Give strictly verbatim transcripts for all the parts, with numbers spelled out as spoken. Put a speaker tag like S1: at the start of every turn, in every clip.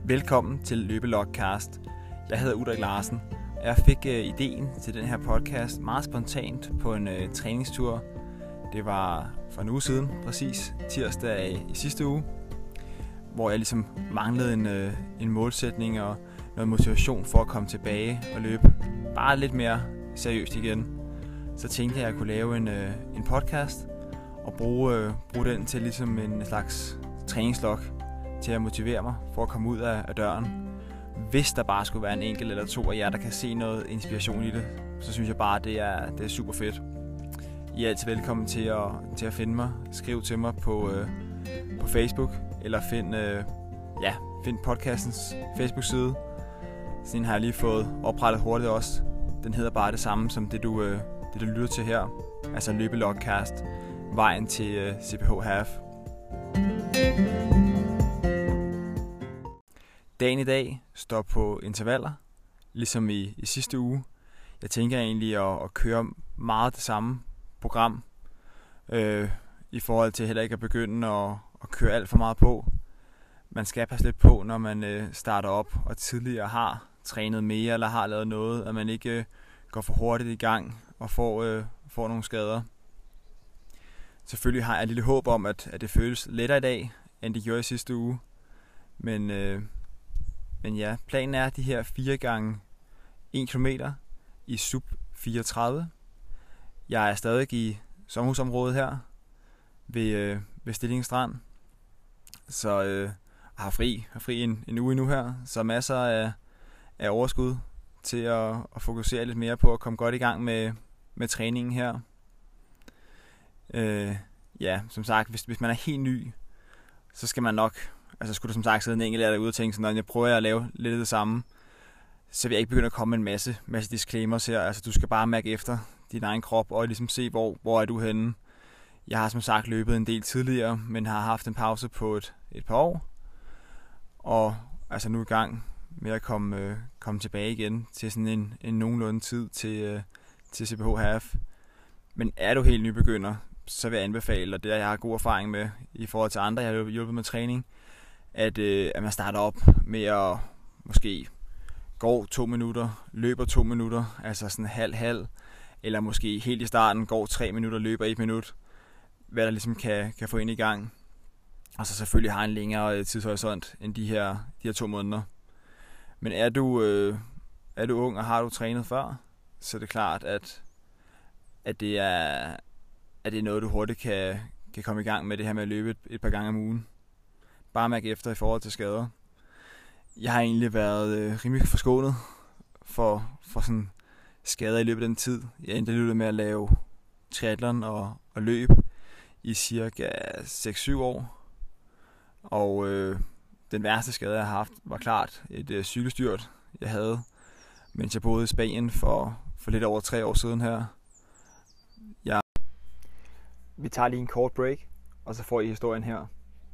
S1: Velkommen til Løbelogcast. Jeg hedder Ulrik Larsen, og jeg fik øh, ideen til den her podcast meget spontant på en øh, træningstur. Det var for en uge siden, præcis tirsdag i, i sidste uge, hvor jeg ligesom manglede en, øh, en målsætning og noget motivation for at komme tilbage og løbe bare lidt mere seriøst igen. Så tænkte jeg, at jeg kunne lave en, øh, en podcast og bruge, øh, bruge den til ligesom en slags træningslog til at motivere mig for at komme ud af, af døren. Hvis der bare skulle være en enkelt eller to af jer, der kan se noget inspiration i det, så synes jeg bare, at det er, det er super fedt. I er altid velkommen til at, til at finde mig. Skriv til mig på, øh, på Facebook, eller find, øh, ja, find podcastens Facebook-side. Sådan en har jeg lige fået oprettet hurtigt også. Den hedder bare det samme som det, du, øh, det, du lytter til her. Altså Løbelogcast. Vejen til øh, C P H Half. Dagen i dag står på intervaller, ligesom i, i sidste uge. Jeg tænker egentlig at, at køre meget det samme program, øh, i forhold til heller ikke at begynde at, at køre alt for meget på. Man skal passe lidt på, når man øh, starter op og tidligere har trænet mere eller har lavet noget, at man ikke øh, går for hurtigt i gang og får, øh, får nogle skader. Selvfølgelig har jeg et lille håb om, at, at det føles lettere i dag, end det gjorde i sidste uge. Men... Øh, Men ja, planen er de her fire gange en kilometer i sub fireogtredive. Jeg er stadig i sommerhusområdet her ved, øh, ved Stilling Strand. Så øh, har fri, har fri en, en uge nu her. Så masser af, af overskud til at, at fokusere lidt mere på at komme godt i gang med, med træningen her. Øh, ja, som sagt, hvis, hvis man er helt ny, så skal man nok... Altså skulle der som sagt sidde en enkelt af derude og tænke, så når jeg prøver at lave lidt af det samme, så vil jeg ikke begynde at komme med en masse, masse disclaimers her. Altså du skal bare mærke efter din egen krop og ligesom se, hvor, hvor er du henne. Jeg har som sagt løbet en del tidligere, men har haft en pause på et, et par år. Og altså nu er i gang med at komme, øh, komme tilbage igen til sådan en, en nogenlunde tid til, øh, til C P H Half. Men er du helt nybegynder, så vil jeg anbefale, og det er jeg har god erfaring med i forhold til andre, jeg har hjulpet med træning, At, øh, at man starter op med at måske gå to minutter, løber to minutter, altså sådan halv-halv, eller måske helt i starten går tre minutter, løber et minut, hvad der ligesom kan, kan få ind i gang. Og så selvfølgelig har en længere tidshorisont end de her, de her to måneder. Men er du, øh, er du ung og har du trænet før, så er det klart, at, at, det, er, at det er noget, du hurtigt kan, kan komme i gang med det her med at løbe et, et par gange om ugen. Bare mærke efter i forhold til skader. Jeg har egentlig været øh, rimelig forskånet for, for sådan skader i løbet af den tid. Jeg endte løbet med at lave triathlon og, og løb i cirka seks syv år. Og øh, den værste skade, jeg har haft, var klart et øh, cykelstyrt, jeg havde, mens jeg boede i Spanien for, for lidt over tre år siden her. Jeg... Vi tager lige en kort break, og så får I historien her.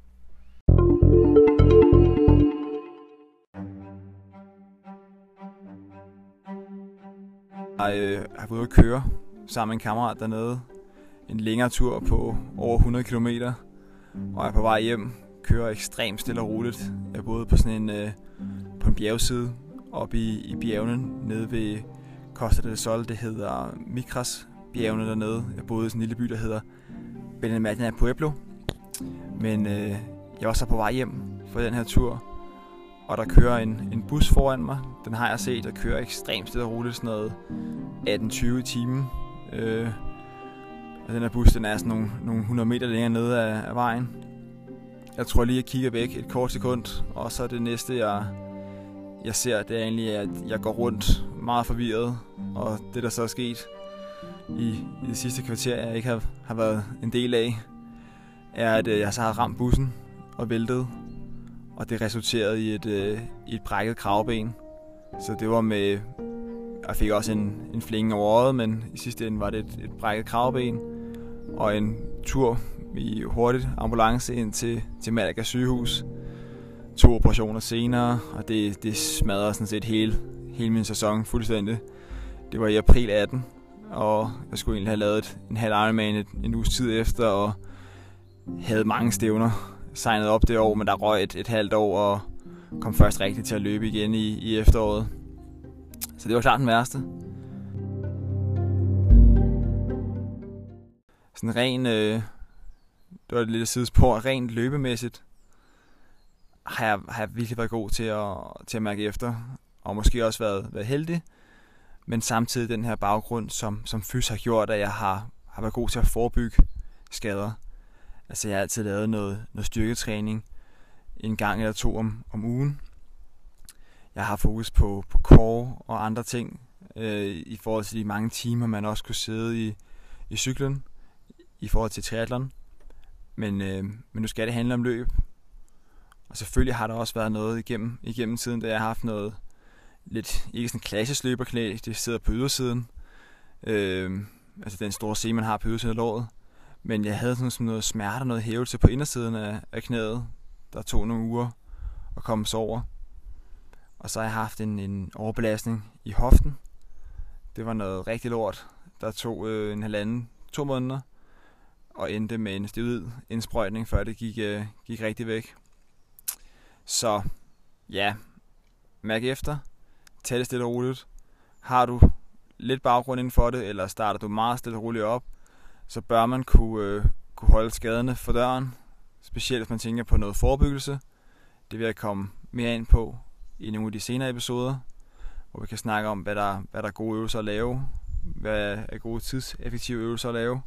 S1: Jeg øh, har været ude at køre sammen med en kammerat dernede. En længere tur på over hundrede kilometer. Og jeg er på vej hjem. Kører ekstremt stille og roligt. Jeg boede på sådan en, øh, på en bjergside oppe i, i bjergene nede ved Costa del Sol. Det hedder Micras bjergene dernede. Jeg boede i sådan en lille by, der hedder Benalmádena Pueblo. Men øh, jeg var så på vej hjem fra den her tur. Og der kører en, en bus foran mig. Den har jeg set, der kører ekstremt stille og roligt, sådan noget atten tyve i timen. Øh, og den her bus, den er sådan nogle, nogle hundrede meter længere nede af, af vejen. Jeg tror lige, jeg kigger væk et kort sekund, og så det næste, jeg, jeg ser, det er egentlig, at jeg går rundt meget forvirret. Og det, der så er sket i, i det sidste kvarter, jeg ikke har, har været en del af, er, at jeg så har ramt bussen og væltet. Og det resulterede i et, øh, i et brækket kravben. Så det var med... Jeg fik også en, en flænge over øjet, men i sidste ende var det et, et brækket kravben. Og en tur i hurtigt ambulance ind til, til Malaga sygehus. To operationer senere, og det, det smadrede sådan set hele, hele min sæson fuldstændig. Det var i april atten, og jeg skulle egentlig have lavet en halv Ironman en, en uges tid efter, og havde mange stævner signet op det år, men der røg et, et halvt år, og kom først rigtigt til at løbe igen i, i efteråret. Så det var klart den værste. Sådan ren, øh, det var et lille sidespor, rent løbemæssigt har jeg, har jeg virkelig været god til at, til at mærke efter, og måske også været, været heldig, men samtidig den her baggrund som, som fys har gjort, at jeg har, har været god til at forebygge skader. Altså jeg har altid lavet noget, noget styrketræning en gang eller to om, om ugen. Jeg har fokus på, på core og andre ting, øh, i forhold til de mange timer, man også kunne sidde i, i cyklen, i forhold til triathlon. Men, øh, men nu skal det handle om løb. Og selvfølgelig har der også været noget igennem, igennem tiden, da jeg har haft noget lidt, ikke sådan klassisk løberknæ, det sidder på ydersiden. Øh, altså den store sele, man har på ydersiden af låret. Men jeg havde sådan noget smerte og noget hævelse på indersiden af, af knæet, der tog nogle uger at komme sig over. Og så har jeg haft en, en overbelastning i hoften. Det var noget rigtig lort, der tog øh, en halvanden, to måneder. Og endte med en steroid indsprøjtning, før det gik, øh, gik rigtig væk. Så ja, mærk efter. Tag det stille og roligt. Har du lidt baggrund inden for det, eller starter du meget stille og roligt op, så bør man kunne, øh, kunne holde skaderne for døren. Specielt hvis man tænker på noget forebyggelse. Det vil jeg komme mere ind på i nogle af de senere episoder, hvor vi kan snakke om, hvad der, hvad der er gode øvelser at lave, hvad er gode tidseffektive øvelser at lave.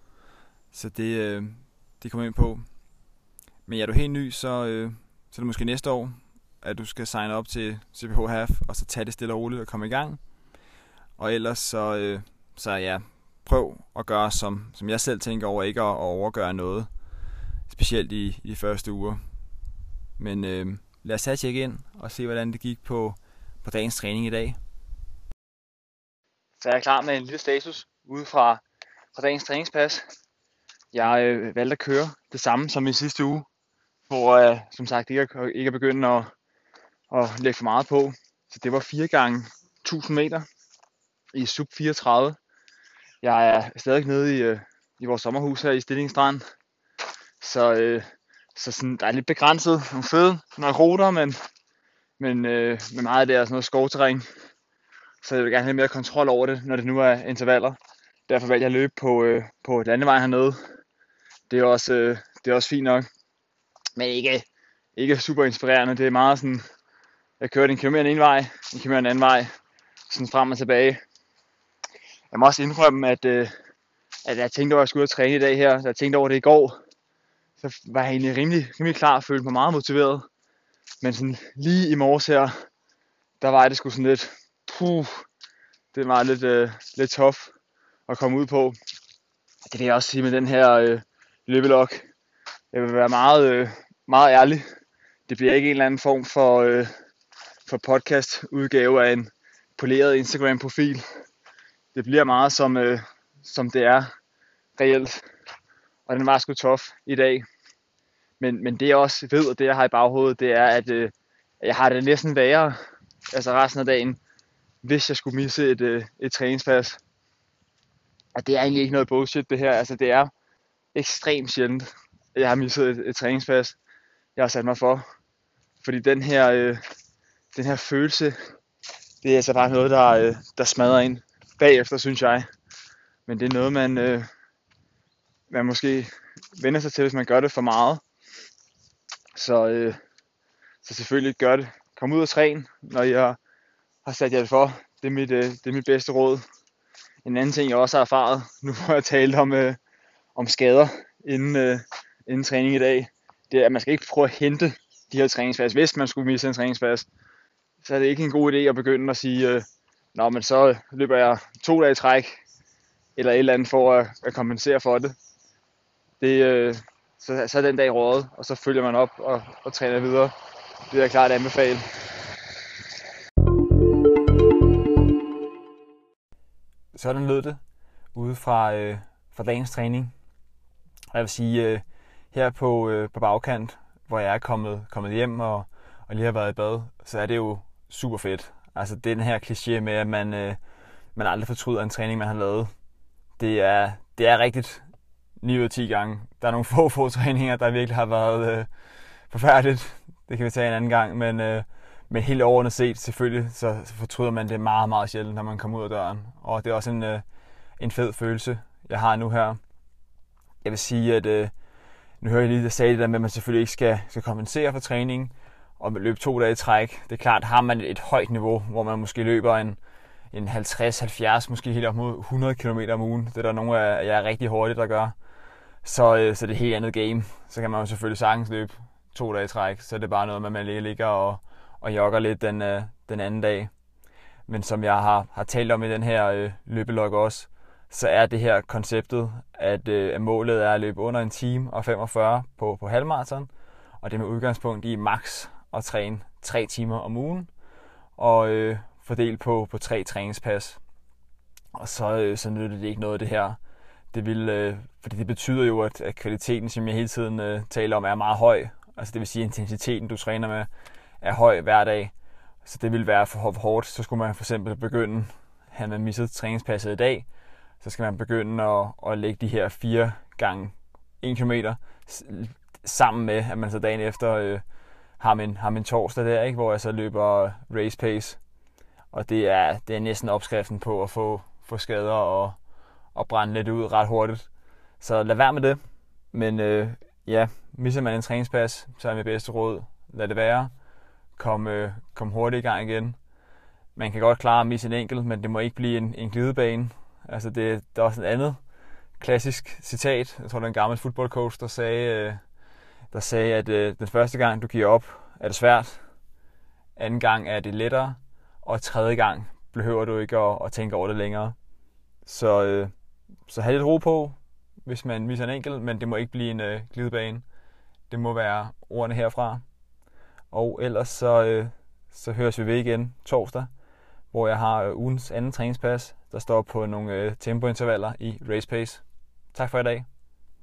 S1: Så det, øh, det kommer ind på. Men er du helt ny, så, øh, så er det måske næste år, at du skal signe op til C P H H F, og så tage det stille og roligt og komme i gang. Og ellers så, øh, så ja, prøv at gøre, som, som jeg selv tænker over, ikke at, at overgøre noget, specielt i, i de første uger. Men øh, lad os tage tjekke ind og se, hvordan det gik på, på dagens træning i dag. Så er jeg klar med en lille status ude fra, fra dagens træningspas. Jeg øh, valgte at køre det samme som i sidste uge, hvor øh, som sagt ikke, ikke er begyndt at, at lægge for meget på. Så det var fire gange tusind meter i sub fireogtredive. Jeg er stadig nede i, øh, i vores sommerhus her i Stilling Strand. Så, øh, så sådan, der er lidt begrænset, nogle fede, nogle ruter, men, men øh, med meget af det er sådan noget skovterræn. Så jeg vil gerne have mere kontrol over det, når det nu er intervaller. Derfor valgte jeg at løbe på, øh, på landevejen hernede. Det er også, øh, det er også fint nok, men ikke, ikke super inspirerende. Det er meget sådan, jeg kørte en kilometer den ene vej, en kilometer den anden vej, sådan frem og tilbage. Jeg må også indrømme, at, øh, at jeg tænkte over, at jeg skulle ud og træne i dag her. Jeg tænkte over det i går, så var jeg egentlig rimelig, rimelig klar og følte mig meget motiveret. Men sådan lige i morges her, der var det sgu sådan lidt, puh, det var lidt, øh, lidt tough at komme ud på. Det vil jeg også sige med den her øh, løbelog. Jeg vil være meget, øh, meget ærlig. Det bliver ikke en eller anden form for, øh, for podcast udgave af en poleret Instagram profil. Det bliver meget som, øh, som det er reelt. Og den var sgu tough i dag. Men, men det jeg også ved, og det jeg har i baghovedet, det er, at øh, jeg har det næsten værre, altså resten af dagen, hvis jeg skulle misse et, øh, et træningspas. Og det er egentlig ikke noget bullshit det her. Altså det er ekstremt sjældent, at jeg har misset et, et træningspas, jeg har sat mig for. Fordi den her, øh, den her følelse, det er altså bare noget, der, øh, der smadrer ind bagefter, synes jeg. Men det er noget, man, øh, man måske vender sig til, hvis man gør det for meget. Så, øh, så selvfølgelig gør det. Kom ud og træn, når jeg har sat jer det for. Det er mit, øh, det er mit bedste råd. En anden ting, jeg også har erfaret, nu hvor jeg talte om, øh, om skader inden, øh, inden træning i dag, det er, at man skal ikke prøve at hente de her træningspas. Hvis man skulle misse en træningspas, så er det ikke en god idé at begynde at sige, øh, nå, men så løber jeg to dage i træk, eller et eller andet for at, at kompensere for det. det øh, så, så er den dag rådet, og så følger man op og, og træner videre. Det er klart at anbefale. Sådan lød det ude fra, øh, fra dagens træning. Og jeg vil sige, øh, her på, øh, på bagkant, hvor jeg er kommet, kommet hjem og, og lige har været i bad, så er det jo super fedt. Altså den her kliché med, at man, øh, man aldrig fortryder en træning, man har lavet. Det er, det er rigtigt ni ud af ti gange. Der er nogle få, få træninger, der virkelig har været øh, forfærdeligt. det kan vi tage en anden gang, men, øh, men helt overordnet set, selvfølgelig, så, så fortryder man det meget, meget sjældent, når man kommer ud af døren. Og det er også en, øh, en fed følelse, jeg har nu her. Jeg vil sige, at øh, nu hører jeg lige, at jeg sagde det der med, at man selvfølgelig ikke skal, skal kompensere for træning, og løbe to dage i træk. Det er klart, har man et højt niveau, hvor man måske løber en, en halvtreds halvfjerds, måske helt op mod hundrede kilometer om ugen. Det er der nogle af jer rigtig hurtigt, der gør. Så, øh, så det er et helt andet game. Så kan man jo selvfølgelig sagtens løbe to dage i træk, så det er bare noget med, at man ligger og, og jogger lidt den, øh, den anden dag. Men som jeg har, har talt om i den her øh, løbelog også, så er det her konceptet, at, øh, at målet er at løbe under en time og femogfyrre på, på halvmarathon, og det med udgangspunkt i max at træne tre timer om ugen, og øh, fordelt på, på tre træningspas. Og så, øh, så nytter det ikke noget af det her. Det vil, øh, fordi det betyder jo, at, at kvaliteten, som jeg hele tiden øh, taler om, er meget høj. Altså det vil sige, at intensiteten, du træner med, er høj hver dag. Så det vil være for hårdt. Så skulle man for eksempel begynde, havde man misset træningspasset i dag, så skal man begynde at, at lægge de her fire gange en kilometer sammen med, at man så dagen efter øh, har, min, har min torsdag der, ikke? Hvor jeg så løber race pace. Og det er, det er næsten opskriften på at få, få skader og, og brænde lidt ud ret hurtigt. Så lad være med det. Men øh, ja, misser man en træningspas, så er mit bedste råd, lad det være. Kom, øh, kom hurtigt i gang igen. Man kan godt klare at misse en enkelt, men det må ikke blive en, en glidebane. Altså det, der er også et andet klassisk citat. Jeg tror, det er en gammel fodboldcoach, der sagde, øh, der sagde at øh, den første gang, du giver op, er det svært. Anden gang er det lettere. Og tredje gang behøver du ikke at, at tænke over det længere. Så, øh, så have lidt ro på, hvis man misser en enkelt, men det må ikke blive en øh, glidebane. Det må være ordene herfra. Og ellers så, øh, så høres vi ved igen torsdag, hvor jeg har øh, ugens anden træningspas, der står på nogle øh, tempointervaller i race pace. Tak for i dag.